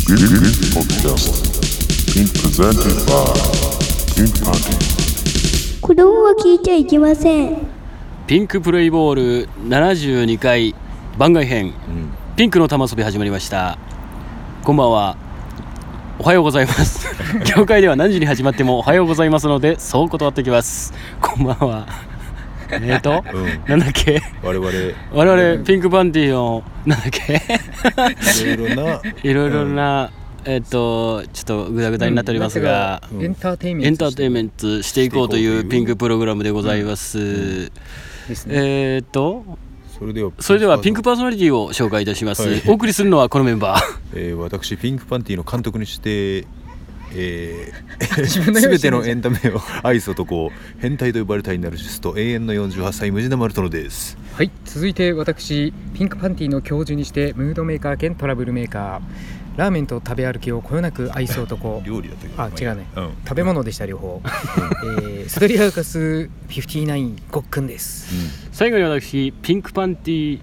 This podcast being presented by Pink Party。 子供は聞いちゃいけません。 ピンクプレイボール72回番外編、ピンクの玉遊び始まりました。こんばんは、おはようございます業界では何時に始まってもおはようございますのでそう断ってきます。こんばんは。なんだっけ、我々ピンクパンティのなんだっけいろいろなちょっとグダグダになっておりますが、 エンターテインメントしていこうというピンクプログラムでございます。それではピンクパーソナリティを紹介いたします。お送りするのはこのメンバー、 私ピンクパンティの監督にしてすべてのエンタメを愛す男、変態と呼ばれたいナルシスト、永遠の48歳ムジナマルトノです。 はい、続いて私ピンクパンティの教授にしてムードメーカー兼トラブルメーカー、ラーメンと食べ歩きをこよなく愛す男料理だったけど、 違うね、食べ物でした両方ストリアーカス59ごっくんです、 最後に私ピンクパンティ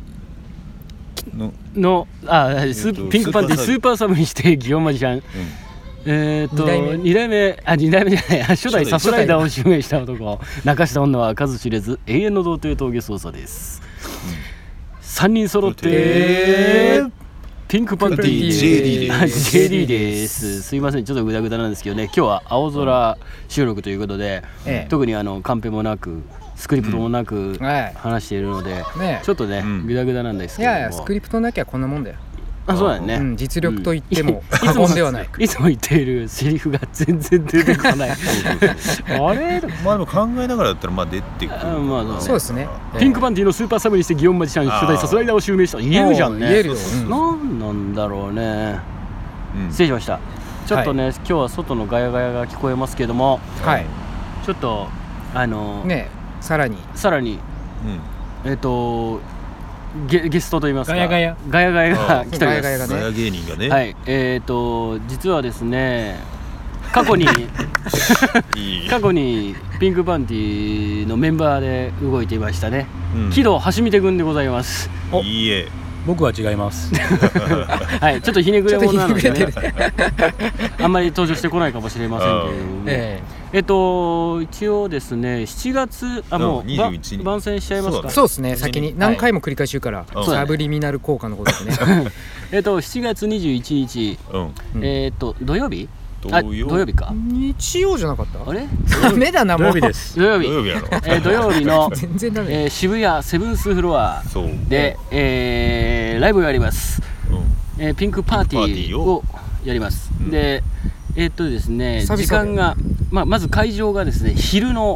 のピンクパンティスーパーサブにして祇園マジシャン、2代目じゃない、初代サスライダーを襲名した男、泣かした女は数知れず永遠の童貞峠捜査です、3人揃ってピンクパンティ JD です。すいません、ちょっとグダグダなんですけどね、今日は青空収録ということで、特にカンペもなくスクリプトもなく話しているので、ちょっとね、グダグダなんですけども、 いやスクリプトなきゃこんなもんだよ。 そうだよね、 実力と言っても過言ではない。 いつも言っているセリフが全然出てこないあれ、 でも考えながらだったら出てくる。 そうですね。 ピンクパンティのスーパーサブにして祇園マジシャン初代サスライダーを襲名した。言えるじゃんね。 言えるよ。 なんなんだろうね、失礼しました。ちょっとね、今日は外のガヤガヤが聞こえますけども、ちょっとさらにゲストといいますか、ガヤガヤが来ております。 ガヤ芸人がね、 はい、実はですね、過去にピンクパンティのメンバーで動いていましたね、木戸橋見君でございます。 いいえ、 僕は違いますはい、ちょっとひねくれ者なのでねあんまり登場してこないかもしれませんけれども、一応ですね、7月もう21番宣しちゃいますか。 そうですね、先に何回も繰り返し言うから、サブリミナル効果のことでね 7月21日、土曜日か、 日曜じゃなかった？ あれ？ ダメだな、もう。 土曜日です。 土曜日の全然ダメ。 渋谷セブンスフロアでライブをやります。ピンクパーティーをやります。でですね、時間がまず会場がですね、昼の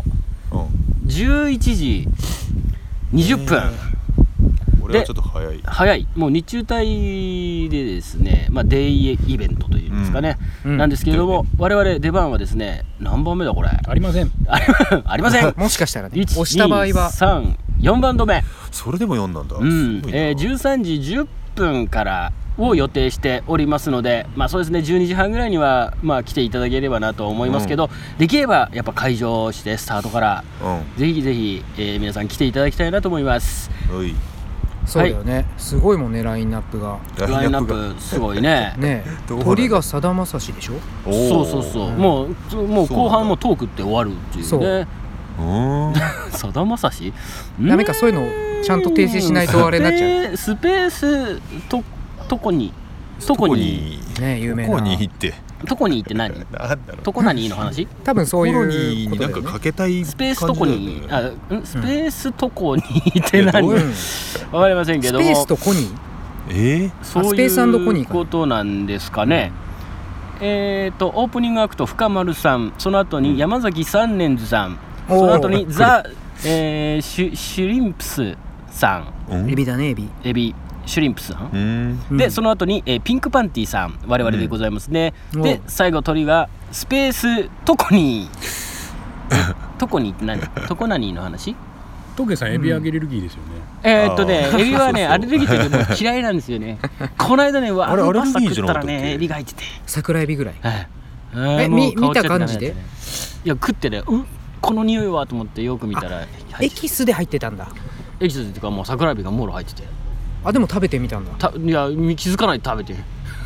11時20分。 これはちょっと早い。 もう日中帯でですね、デイイベントというんですかね、なんですけれども、我々出番はですね、何番目だこれ？ ありませんありませんもしかしたらね、押した場合は 4番止め。 それでも4なんだ。 13時10分からを予定しておりますので、そうですね、12時半ぐらいには来ていただければなと思いますけど、できればやっぱ会場してスタートから、ぜひぜひ、皆さん来ていただきたいなと思います。 そうだよね、すごいもんね、ラインナップが。 ラインナップすごいね。 鳥がさだまさしでしょ。 そうもう後半もトークって終わるっていうね。さだまさしダメか、そういうのちゃんと訂正しないとあれになっちゃう。 スペーストコニね、有名なトコニーってトコニーって何？トコナニーの話？ 多分そういうことだよね。 なんかかけたいスペーストコニー、スペーストコニーって何？わかりませんけども、 スペースとコニー？ そういうことなんですかね。オープニングアクト深丸さん、その後に山崎三年図さん、その後にザ・シュリンプスさん、 エビだね、 エビシュリンプスさんで、その後に、ピンクパンティさん、我々でございますね。で、最後鳥がスペーストコニートコニーって何？トコナニーの話？ トゲさんエビアレルギーですよね。 エビはね、アレルギーというか嫌いなんですよね。この間ね、ワールドパスタ食ったらね、エビが入ってて、 桜エビぐらい。見た感じで？ いや、食ってね、この匂いはと思ってよく見たらエキスで入ってたんだ。 エキスっていうか、もう桜エビがもろ入ってて、 あ、でも食べてみたんだ。 いや、気づかないで食べて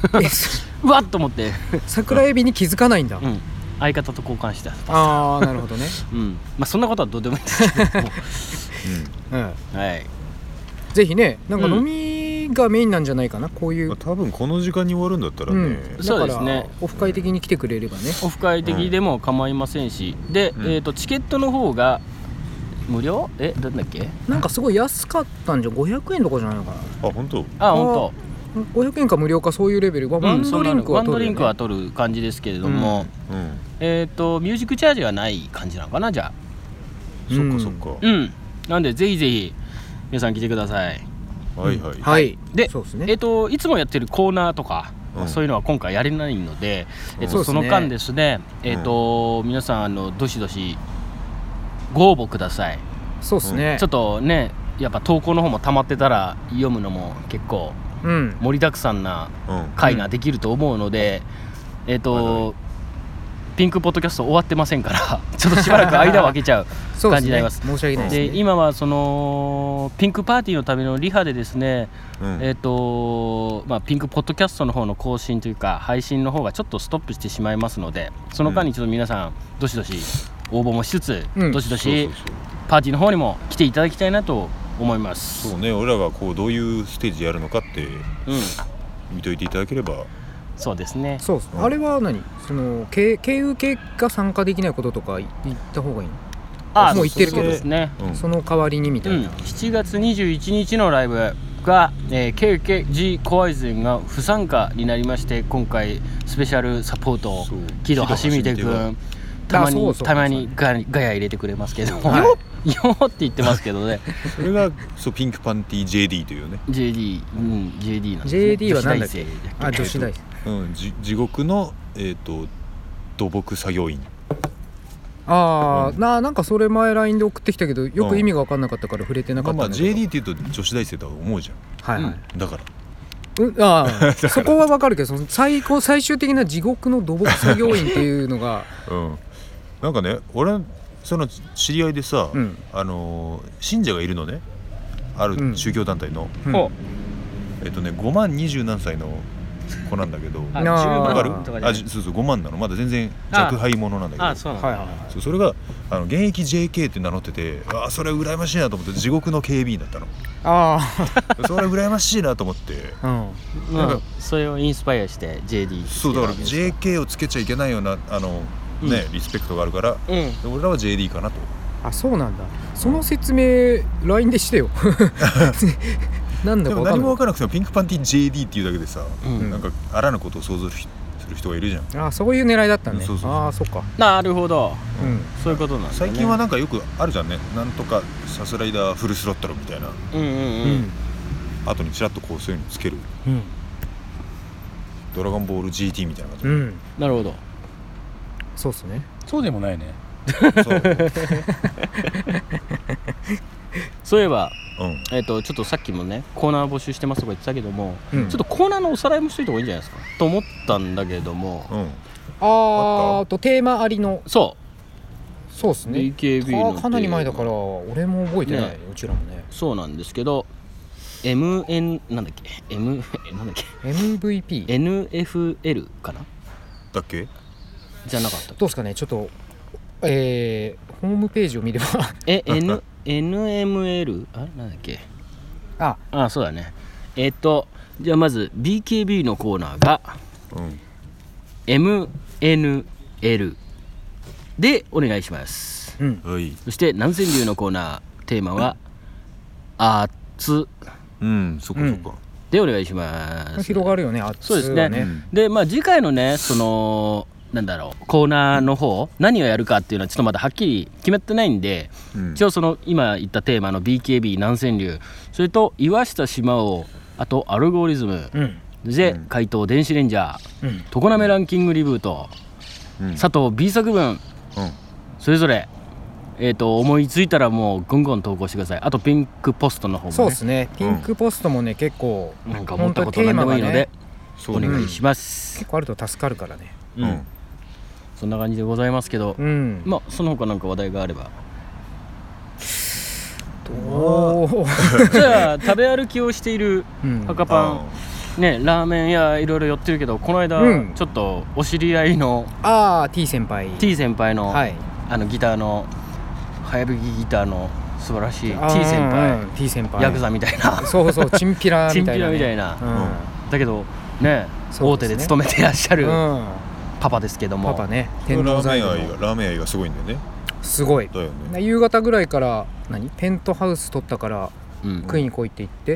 うわっと思って桜エビに気づかないんだ、 相方と交換してああなるほどねまあそんなことはどうでもいいんですけどもはい、 ぜひねなんか飲みがメインなんじゃないかなこういう、 多分この時間に終わるんだったらね、 そうですね、 オフ会的に来てくれればね、 オフ会的でも構いませんし、で、チケットの方が無料？どんだっけ？ なんかすごい安かったんじゃ500円とかじゃないのかな。 あ、本当 500円か無料かそういうレベル、ワンドリンクは取る、ね、 ワンドリンクは取る感じですけれども、ミュージックチャージはない感じなのかな、じゃあ。 そっかそっか。 なんでぜひぜひ皆さん来てください。 はいはい。 はい。 で、 そうですね、 いつもやってるコーナーとか、そういうのは今回やれないので、その間ですね、皆さんどしどしご応募ください。 そうですね。 ちょっとね、やっぱ投稿の方も溜まってたら読むのも結構盛りだくさんな回ができると思うので、ピンクポッドキャスト終わってませんからちょっとしばらく間を空けちゃう感じになります。 申し訳ないですね。 で今はそのピンクパーティーのためのリハでですね、ピンクポッドキャストの方の更新というか配信の方がちょっとストップしてしまいますので、その間にちょっと皆さんどしどし応募もしつつ、どしどしパーティーの方にも来ていただきたいなと思います。 そうね、俺らがこうどういうステージやるのかって見といていただければ。 そうですね。 そうです、あれは何その経由系が参加できないこととか言った方がいいの？もう言ってるけどですね、 その代わりにみたいな、 7月21日のライブが、KKG コアイズンが不参加になりまして、今回スペシャルサポート木戸橋見てくんたまにガヤ入れてくれますけども、よって言ってますけどねそれがそうピンクパンティ JD というね JD なんですね。 JD は何だっけ？女子大生、 地獄の土木作業員。 なんかそれ前 LINE で送ってきたけどよく意味が分かんなかったから触れてなかったんだけど、 JD って言うと女子大生とは思うじゃん。だからそこは分かるけど、その最終的な地獄の土木作業員っていうのがなんかね、俺その知り合いでさ、信者がいるのね、ある宗教団体の、5万20何歳の子なんだけど、分かる？そう5万なの、まだ全然若輩者なんだけど、それが現役 JK って名乗ってて、それ羨ましいなと思って、地獄の警備員だったの。それ羨ましいなと思って、 それをインスパイアして JD。 そうだから JK をつけちゃいけないようなリスペクトがあるから、俺らは JD かなと。 そうなんだ。その説明 LINE でしてよなんだか分かんない。でも何も分からなくてもピンクパンティ JD っていうだけでさ、なんかあらぬことを想像する人がいるじゃん。 そういう狙いだったね。そっか。なるほど。そういうことなんですね。 最近はなんかよくあるじゃんね。なんとかサスライダーフルスロットルみたいな。後にちらっとこうそういうのつける。ドラゴンボール GT みたいな感じ。 なるほど。 そうっすね。 そうでもないね。 そういえば、ちょっとさっきもねコーナー募集してますとか言ってたけども、ちょっとコーナーのおさらいもしといた方がいいんじゃないですかと思ったんだけども、 テーマありのそうっすね。 BKB のかなり前だから俺も覚えてない、うちらもね。 そうなんですけど MVP NFL かなだっけじゃなかった。 どうですかね、ちょっとホームページを見れば NML なんだっけ。そうだね。じゃあまず BKB のコーナーが、MNL でお願いします。そして南千流のコーナーテーマは熱そこそこでお願いします。 広がるよね、熱。 そうですね。で次回のねそのコーナーの方何をやるかっていうのはちょっとまだはっきり決めてないんで、一応その今言ったテーマの BKB 南千流、それと岩下島尾、あとアルゴリズム、で怪盗電子レンジャー、常滑ランキングリブート、佐藤 B 作文、それぞれ思いついたらもうぐんぐん投稿してください。あとピンクポストの方もね。 そうですね、ピンクポストもね結構なんか思ったこと何でもいいのでお願いします。 結構あると助かるからね。 そんな感じでございますけど、その他なんか話題があれば。じゃあ食べ歩きをしている赤パンねラーメン屋いろいろ寄ってるけど、この間、ちょっとお知り合いの T 先輩の、 はい、 ギターの早吹きギターの素晴らしい T 先輩ヤクザみたいなそうチンピラみたいな、 チンピラみたいな、だけどね大手で勤めてらっしゃるパパですけども、 パパね、 ラーメン愛がすごいんだよね。 すごいだよね。 夕方ぐらいからペントハウス取ったから食いに来いって言って、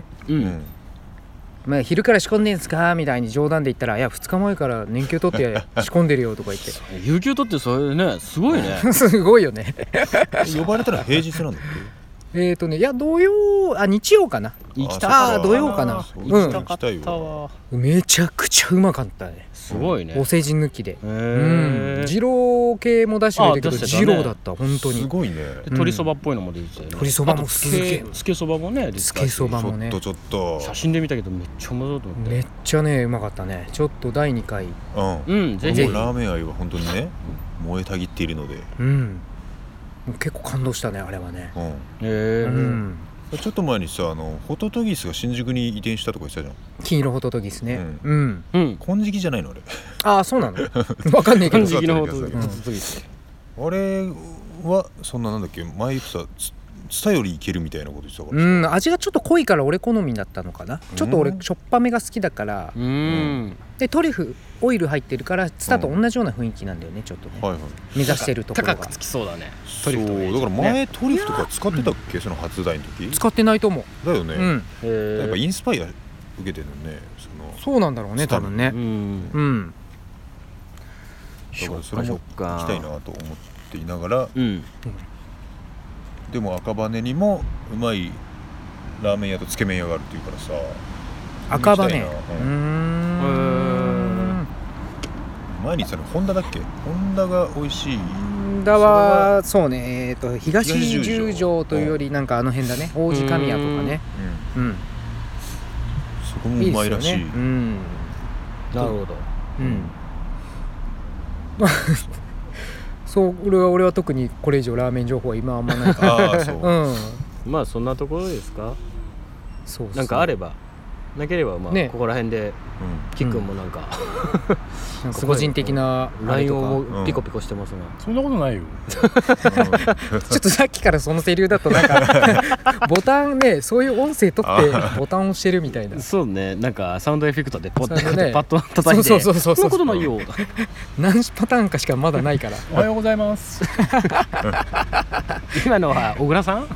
昼から仕込んでんすかみたいに冗談で言ったら、いや2日前から年休取って仕込んでるよとか言って有給取ってそれねすごいねすごいよね呼ばれたら平日なんだっけ？ いや日曜かな。 行きた土曜かな。 行きたかったわ。 めちゃくちゃうまかったね。 すごいね。 お世辞抜きで。二郎系も出してくれたけど、二郎だった本当に。 すごいね。 鶏そばっぽいのも出てたよね。 鶏そばもすげえ。 つけそばもね。 つけそばもね。 ちょっと。 写真で見たけどめっちゃうまそうと思って。 めっちゃねうまかったね。ちょっと第2回。 ぜひ。 ラーメン愛は本当にね燃えたぎっているので。 結構感動したねあれはね。 ちょっと前にさホトトギスが新宿に移転したとか言ってたじゃん。 金色ホトトギスね。 金色じゃないのあれ。 ああそうなの。わかんないけど。 金色のホトトギス。 あれはそんななんだっけ前言ってたツタよりいけるみたいなこと言ってたから。 味がちょっと濃いから俺好みだったのかな。ちょっと俺しょっぱめが好きだから。でトリュフオイル入ってるからツタと同じような雰囲気なんだよねちょっとね。目指してるところが高くつきそうだね。 トリュフとだから前トリュフとか使ってたっけその初代の時。 使ってないと思う。 だよね。やっぱインスパイア受けてるのね。 そうなんだろうね多分ね。 だからそれも行きたいなと思っていながら。でも赤羽にもうまいラーメン屋とつけ麺屋があるっていうからさ。 赤羽。 前に言ってたのホンダだっけ？ホンダが美味しい。 ホンダはそうね東十条というよりなんかあの辺だね。王子神谷とかね。 そこもうまいらしい。 なるほど。 そう俺は特にこれ以上ラーメン情報は今あんまないから。 まあそんなところですか。 そうなんかあれば。なければまあここら辺でキックンもなんか個人的な LINE をピコピコしてますが。 そんなことないよ。 ちょっとさっきからそのセリフだとなんかボタンねそういう音声取ってボタンを押してるみたいな。 そうねなんかサウンドエフェクトでポッてパッと叩いてそうそんなことないよ。 何パターンかしかまだないから。 おはようございます。 今のは小倉さん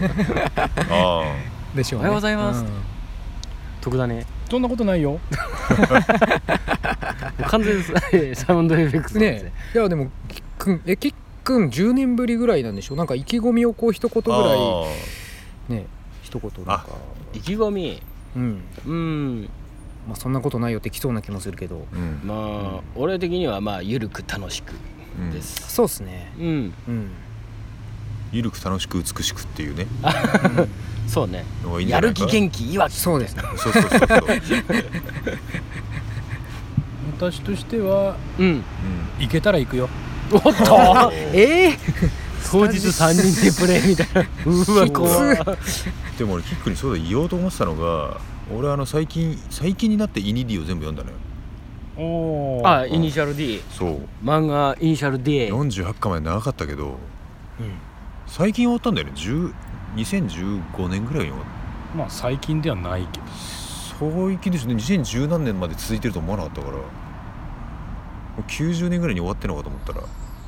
でしょうね。 おはようございます。得だね。 そんなことないよ。 完全にサウンドエフェクトね。いやでもキックン10年ぶりぐらいなんでしょ。なんか意気込みをこう一言ぐらいね一言なんか意気込み。 まあそんなことないよってきそうな気もするけど。 まあ俺的にはまあゆるく楽しくです。 そうですね。 ゆるく楽しく美しくっていうね。 そうね。やる気元気いわき。 そうですね。 そう。 私としては、行けたら行くよ。 おっと。当日3人でプレイみたいな。うわ怖い。 でも俺キックにそうだ言おうと思ってたのが、俺最近になってイニディを全部読んだのよ。 イニシャル D。 そう。 漫画イニシャル D。 48巻まで長かったけど、最近終わったんだよね。2015年ぐらいに終わった。 まあ最近ではないけど最近ですね。2010何年まで続いてると思わなかったからもう90年ぐらいに終わってんのかと思ったら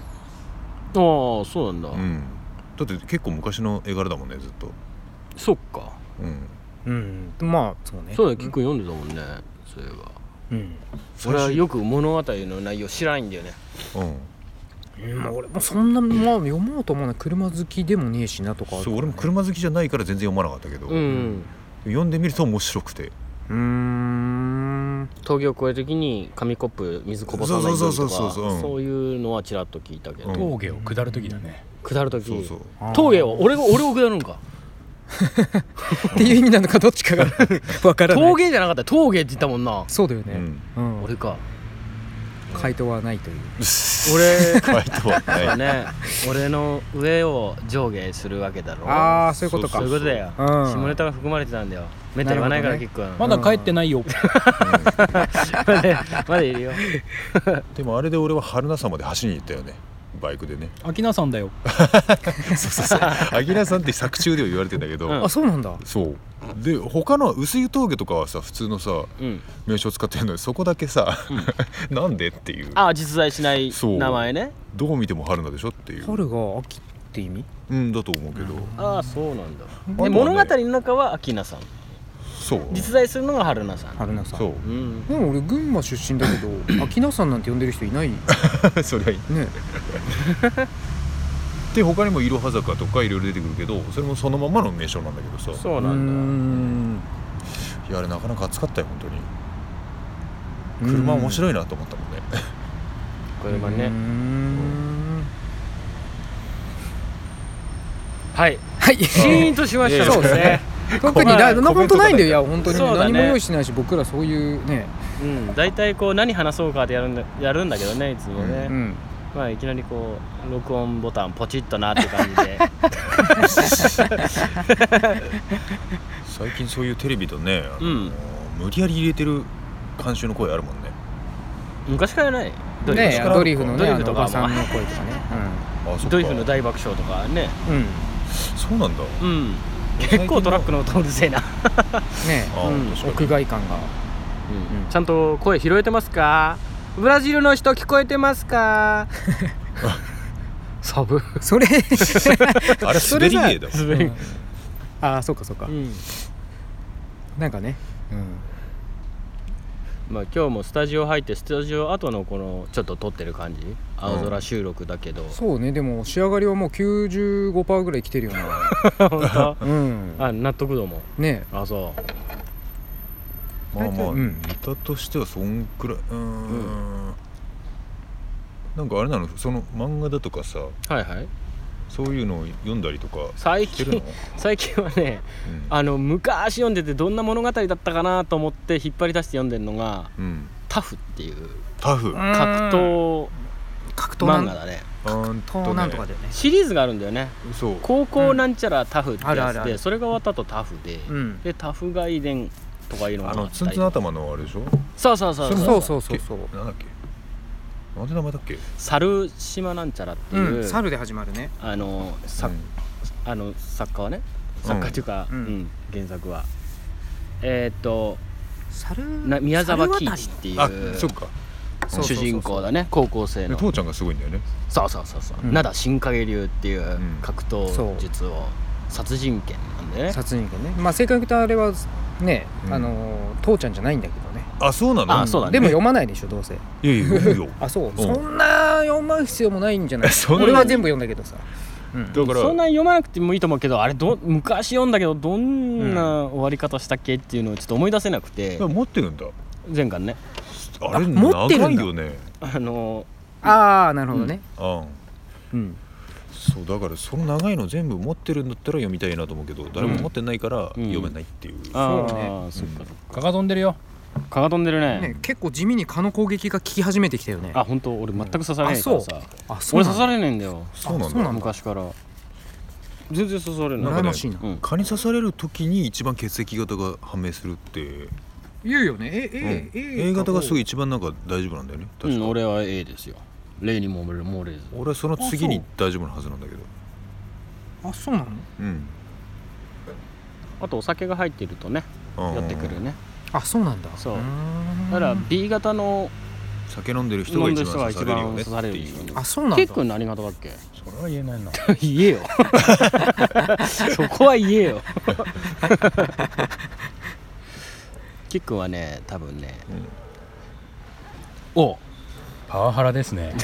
そうなんだ。 だって結構昔の絵柄だもんねずっと。 そっか。 まあそうね。 そうだキック読んでたもんねそういえば。俺はよく物語の内容知らないんだよね。 俺もそんな読もうと思うのは車好きでもねえしなとか。 そう俺も車好きじゃないから全然読まなかったけど、読んでみると面白くて。 峠を越える時に紙コップ水こぼさないようにとかそういうのはちらっと聞いたけど。 峠を下る時だね。 下る時。峠を俺を下るのか。 っていう意味なのかどっちかが分からない。 峠じゃなかった。峠って言ったもんな。 そうだよね。 俺か。 回答はないという。 俺回答はないね、俺の上を上下するわけだろ。 ああそういうことか。 そういうことだよ。下ネタが含まれてたんだよ。めったに言わないからキックは。 まだ帰ってないよ。 まだいるよ。 でもあれで俺は春名山まで走りに行ったよね、バイクでね。 秋名さんだよ。 そう秋名さんって作中では言われてんだけど、 あそうなんだ。 そうで他の薄湯峠とかはさ普通のさ、名称使ってるのにそこだけさ、なんでっていう。 実在しない名前ね。 どう見ても春名でしょっていう。 春が秋って意味？ だと思うけど。 そうなんだ。物語の中は秋名さん。 そう実在するのが春名さん。 春名さん。 そう。 でも俺群馬出身だけど秋名さんなんて呼んでる人いない。 それはいいね。 で他にもいろは坂とかいろいろ出てくるけど、それもそのままの名称なんだけどさ。 そうなんだ。 いやあれなかなか熱かったよ本当に。車面白いなと思ったもんね。 車ね。はいシーンとしました。そうですね。 特に本当ないんだよ。いや本当に何も用意しないし、僕らそういうね。 大体こう何話そうかでやるんだけどね、いつもね。まあいきなりこう録音ボタンポチッとなって感じで。 最近そういうテレビとね、無理やり入れてる監修の声あるもんね。 昔からない。 ドリフのね、おばさんの声とかね。 ドリフの大爆笑とかね。 そうなんだ。 結構トラックの音うるせえな。 ね、屋外感が。 ちゃんと声拾えてますか？ブラジルの人聞こえてますか？サブ。それあれ滑り芸だもん。 そうかそうか。なんかね。 まあ今日もスタジオ入ってスタジオ後のこのちょっと撮ってる感じ、青空収録だけど、 そうね。でも仕上がりはもう 95% ぐらい来てるよな。 本当？納得度もね。 そうまあネタとしてはそんくらい。なんかあれなの、その漫画だとかさ、そういうのを読んだりとか最近はね、昔読んでてどんな物語だったかなと思って引っ張り出して読んでるのが、タフっていう格闘漫画だね。 格闘なんとかだよね。 シリーズがあるんだよね。高校なんちゃらタフってやつで、それが終わった後タフで、タフ外伝とかいうのがあったり、 ツンツン頭のあれでしょ。 そうなんだっけ、なんて名前だっけ。 猿島なんちゃらっていう、 猿で始まるね。 作家はね、作家っていうか原作は宮沢喜一っていう主人公だね。高校生の父ちゃんがすごいんだよね。 そう灘新影流っていう格闘術を殺人剣なんでね。 殺人剣ね。まあ正確に言うとあれはね、父ちゃんじゃないんだけどね。 そうなの。 そうだね。 でも読まないでしょどうせ。 いや読むよ。 そんな読む必要もないんじゃない。俺は全部読んだけどさ。 だからそんな読まなくてもいいと思うけど、あれ昔読んだけどどんな終わり方したっけっていうのをちょっと思い出せなくて。 持ってるんだ。 前回ね。 あれ長いよね。 なるほどね。 そうだからその長いの全部持ってるんだったら読みたいなと思うけど、誰も持ってないから読めないっていう。 そうね。 蚊が飛んでるよ。 蚊が飛んでるね。 結構地味に蚊の攻撃が効き始めてきたよね。 本当俺全く刺されないからさ。俺刺されないんだよ。 そうなんだ。 昔から全然刺されない。 羨ましいな。 蚊に刺される時に一番血液型が判明するって言うよね。 A 型がすぐ一番なんか大丈夫なんだよね。 俺は A ですよ。例にも漏れず。 俺はその次に大丈夫なはずなんだけど。 そうなの。 あとお酒が入っているとね、やってくるね。 そうなんだ。 そうだから B 型の酒飲んでる人が一番刺されるよねっていう。 そうなんだ。 ケッ君何型だっけ。 それは言えないな。 言えよ。そこは言えよ。ケッ君はね、多分ね、 パワハラですね。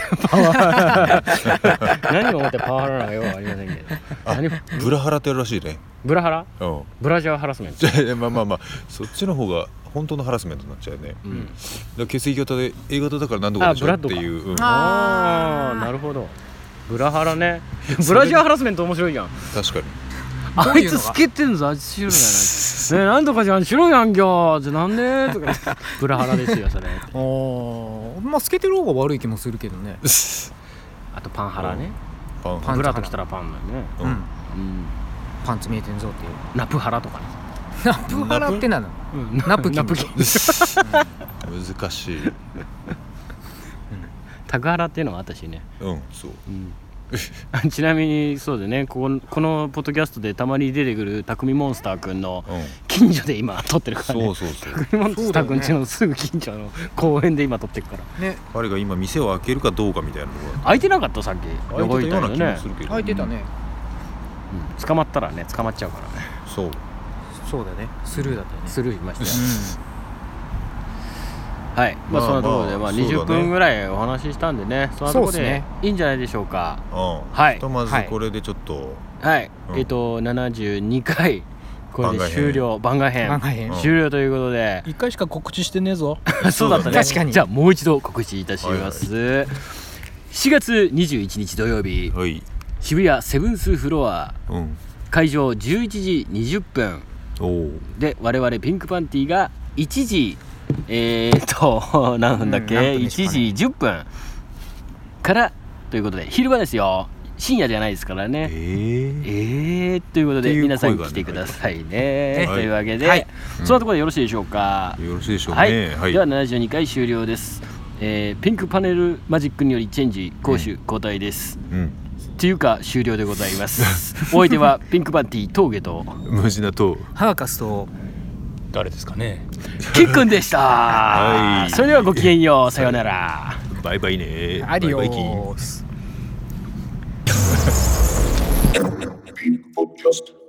何を思ってパワハラなのかよくありませんけど。 ブラハラってやるらしいね。 ブラハラ？ブラジャーハラスメント。 まあそっちの方が本当のハラスメントになっちゃうね。だ血液型で A 型だから何度かでしょっていう。 なるほど。ブラハラね。ブラジャーハラスメント面白いじゃん。 確かに。 あいつ透けてんぞ、あいつ白いな。 なんとかじゃん白いやんきょじゃなんでとかプラハラですよそれ。 まあ透けてる方が悪い気もするけどね。 あとパンハラね。 パンブラときたらパンだよね。 パンツ見えてんぞっていう。 ナプハラとかね。 ナプハラって何なの？ナプキン。 難しい。 タクハラっていうのは私ね。 そう。 ちなみにそうでね、このポッドキャストでたまに出てくる匠モンスターくんの近所で今撮ってるからね。匠モンスターくん家のすぐ近所の公園で今撮ってるからね。彼が今店を開けるかどうかみたいなのが開いてなかったさっき。 開いてたような気もするけど。 開いてたね。 捕まったらね捕まっちゃうからね。 そうだね。スルーだったよね。 スルーしましたよ。はい、そんなところで20分ぐらいお話ししたんでね、そんなところでいいんじゃないでしょうか。 はい。ひとまずこれでちょっと 72回これで終了、番外編終了ということで 1回しか告知してねえぞ。 そうだったね。 確かに。 じゃあもう一度告知いたします。4月21日土曜日、渋谷セブンスフロア、会場11時20分で我々ピンクパンティが1時何分だっけ、1時10分からということで昼間ですよ、深夜じゃないですからね。ということで皆さん来てくださいね。というわけでそんなところでよろしいでしょうか。 よろしいでしょうね。 では72回終了です。ピンクパネルマジックによりチェンジ攻守交代です。っていうか終了でございます。お相手はピンクパンティ峠とムジナとハーカスと誰ですかね。 キックンでした。それではごきげんよう。さようなら。 バイバイね。 アディオース。 Pink Podcast.